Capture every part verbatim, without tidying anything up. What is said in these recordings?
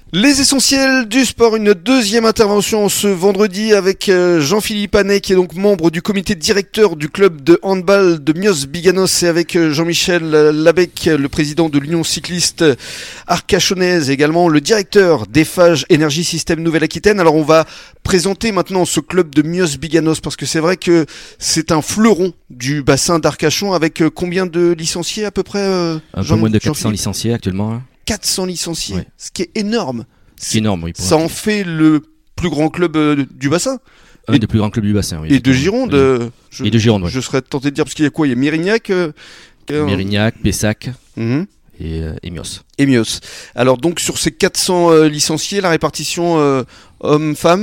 Les essentiels du sport, une deuxième intervention ce vendredi avec Jean-Philippe Hannet qui est donc membre du comité directeur du club de handball de Mios Biganos et avec Jean-Michel Labec, le président de l'Union cycliste arcachonnaise, également le directeur d'Eiffage Énergie Système Nouvelle-Aquitaine. Alors on va présenter maintenant ce club de Mios Biganos parce que c'est vrai que c'est un fleuron du bassin d'Arcachon avec combien de licenciés à peu près euh, Un peu moins de quatre cents licenciés actuellement. Hein. quatre cents licenciés, ouais. Ce qui est énorme. C'est énorme, oui. Ça en fait le plus grand club euh, du bassin. Un et des plus grands clubs du bassin, oui. Et de Gironde. Oui. Euh, je, et de Gironde, oui. Je serais tenté de dire, parce qu'il y a quoi ? Il y a Mérignac euh, Mérignac, Pessac mm-hmm. et, euh, et Mios. Et Mios. Alors donc sur ces quatre cents euh, licenciés, la répartition euh, hommes-femmes ?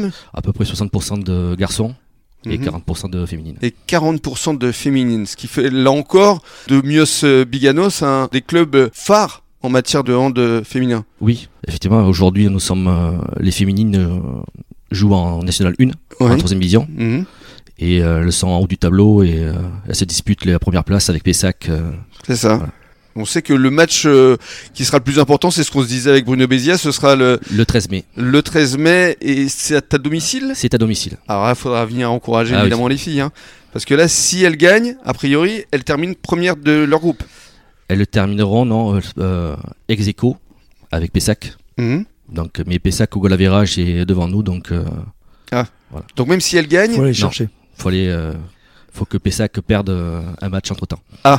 À peu près soixante pour cent de garçons. Et mmh. quarante pour cent de féminines. Et quarante pour cent de féminines. Ce qui fait, là encore, de Mios Biganos, un des clubs phares en matière de hand féminin. Oui, effectivement, aujourd'hui, nous sommes euh, les féminines euh, jouent en National un, ouais. en troisième division. Mmh. Et euh, elles sont en haut du tableau et euh, elles se disputent la première place avec Pessac. Euh, C'est ça. Voilà. On sait que le match euh, qui sera le plus important, c'est ce qu'on se disait avec Bruno Bézia, ce sera le... Le treize mai. Le treize mai, et c'est à ta domicile ? C'est à domicile. Alors là, il faudra venir encourager ah, évidemment oui. les filles. Hein, parce que là, si elles gagnent, a priori, elles terminent première de leur groupe. Elles termineront, non, euh, ex aequo avec Pessac. Mmh. Donc, mais Pessac au goal average est devant nous, donc... Euh, ah, voilà. Donc même si elles gagnent... Il faut aller chercher. Non, faut aller... Euh, faut que Pessac perde un match entre temps. Ah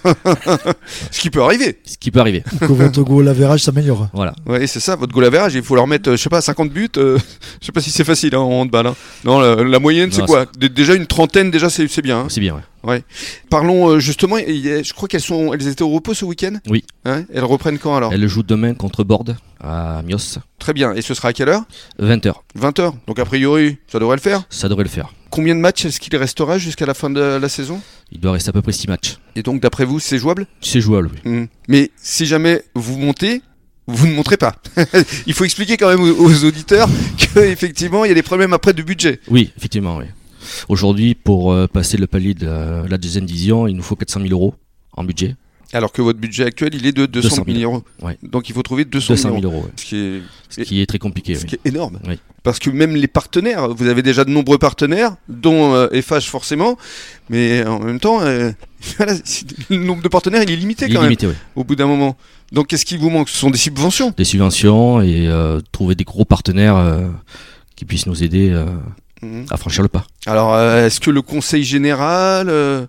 ce qui peut arriver. Ce qui peut arriver. Que votre goal average s'améliore. Voilà. Oui, c'est ça, votre goal average, il faut leur mettre, je sais pas, cinquante buts. Euh, je sais pas si c'est facile hein, en handball. Hein. Non, la, la moyenne, non, c'est quoi c'est... Déjà une trentaine, déjà, c'est, c'est bien. Hein. C'est bien, ouais. Ouais. Parlons euh, justement, je crois qu'elles sont, elles étaient au repos ce week-end. Oui. Hein, elles reprennent quand alors ? Elles jouent demain contre Borde à Mios. Très bien. Et ce sera à quelle heure ? vingt heures. vingt heures. Donc a priori, ça devrait le faire ? Ça devrait le faire. Combien de matchs est-ce qu'il restera jusqu'à la fin de la saison ? Il doit rester à peu près six matchs. Et donc d'après vous, c'est jouable ? C'est jouable, oui. Mmh. Mais si jamais vous montez, vous ne montrez pas. Il faut expliquer quand même aux, aux auditeurs qu'effectivement, il y a des problèmes après de budget. Oui, effectivement, oui. Aujourd'hui, pour euh, passer le palier de la, la deuxième division, il nous faut quatre cent mille euros en budget. Alors que votre budget actuel, il est de deux cent mille euros. Ouais. Donc il faut trouver deux cent mille euros. Ouais. Ce qui est, ce qui est très compliqué. Ce oui. qui est énorme. Oui. Parce que même les partenaires, vous avez déjà de nombreux partenaires, dont euh, Eiffage forcément, mais en même temps, euh, voilà, le nombre de partenaires, il est limité il quand est même, limité, oui. Au bout d'un moment. Donc qu'est-ce qui vous manque ? Ce sont des subventions ? Des subventions et euh, trouver des gros partenaires euh, qui puissent nous aider euh, mmh. à franchir le pas. Alors, euh, est-ce que le conseil général euh,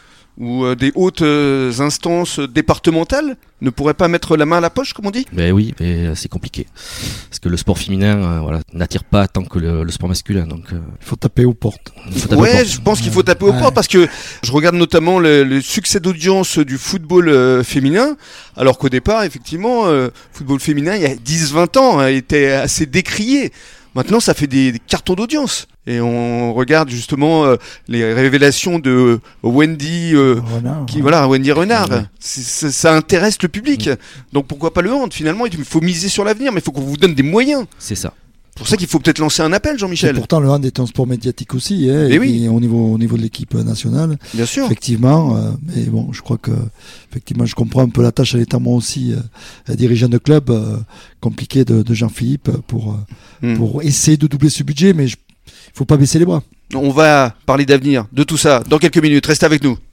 ou euh, des hautes euh, instances départementales ne pourraient pas mettre la main à la poche, comme on dit ? Ben oui, mais c'est compliqué. Parce que le sport féminin euh, voilà, n'attire pas tant que le, le sport masculin. Donc, euh, il faut taper aux portes. Il faut taper ouais, aux portes. Je pense qu'il faut taper aux ouais. portes parce que je regarde notamment le, le succès d'audience du football euh, féminin, alors qu'au départ, effectivement, le euh, football féminin, il y a dix vingt ans, hein, était assez décrié. Maintenant, ça fait des, des cartons d'audience. Et on regarde justement euh, les révélations de Wendy, euh, Renard, qui, ouais. voilà, Wendy Renard. Ouais. C'est, c'est, ça intéresse le public. Mmh. Donc pourquoi pas le hand ? Finalement, il faut miser sur l'avenir, mais il faut qu'on vous donne des moyens. C'est ça. C'est pour ça qu'il faut peut-être lancer un appel, Jean-Michel. Et pourtant, le hand est un sport médiatique aussi, hein, et oui. au niveau au niveau de l'équipe nationale. Bien sûr. Effectivement, euh, mais bon, je crois que effectivement, je comprends un peu la tâche, étant moi aussi euh, dirigeant de club, euh, compliqué de, de Jean-Philippe pour euh, mm. pour essayer de doubler ce budget, mais il faut pas baisser les bras. On va parler d'avenir, de tout ça, dans quelques minutes. Restez avec nous.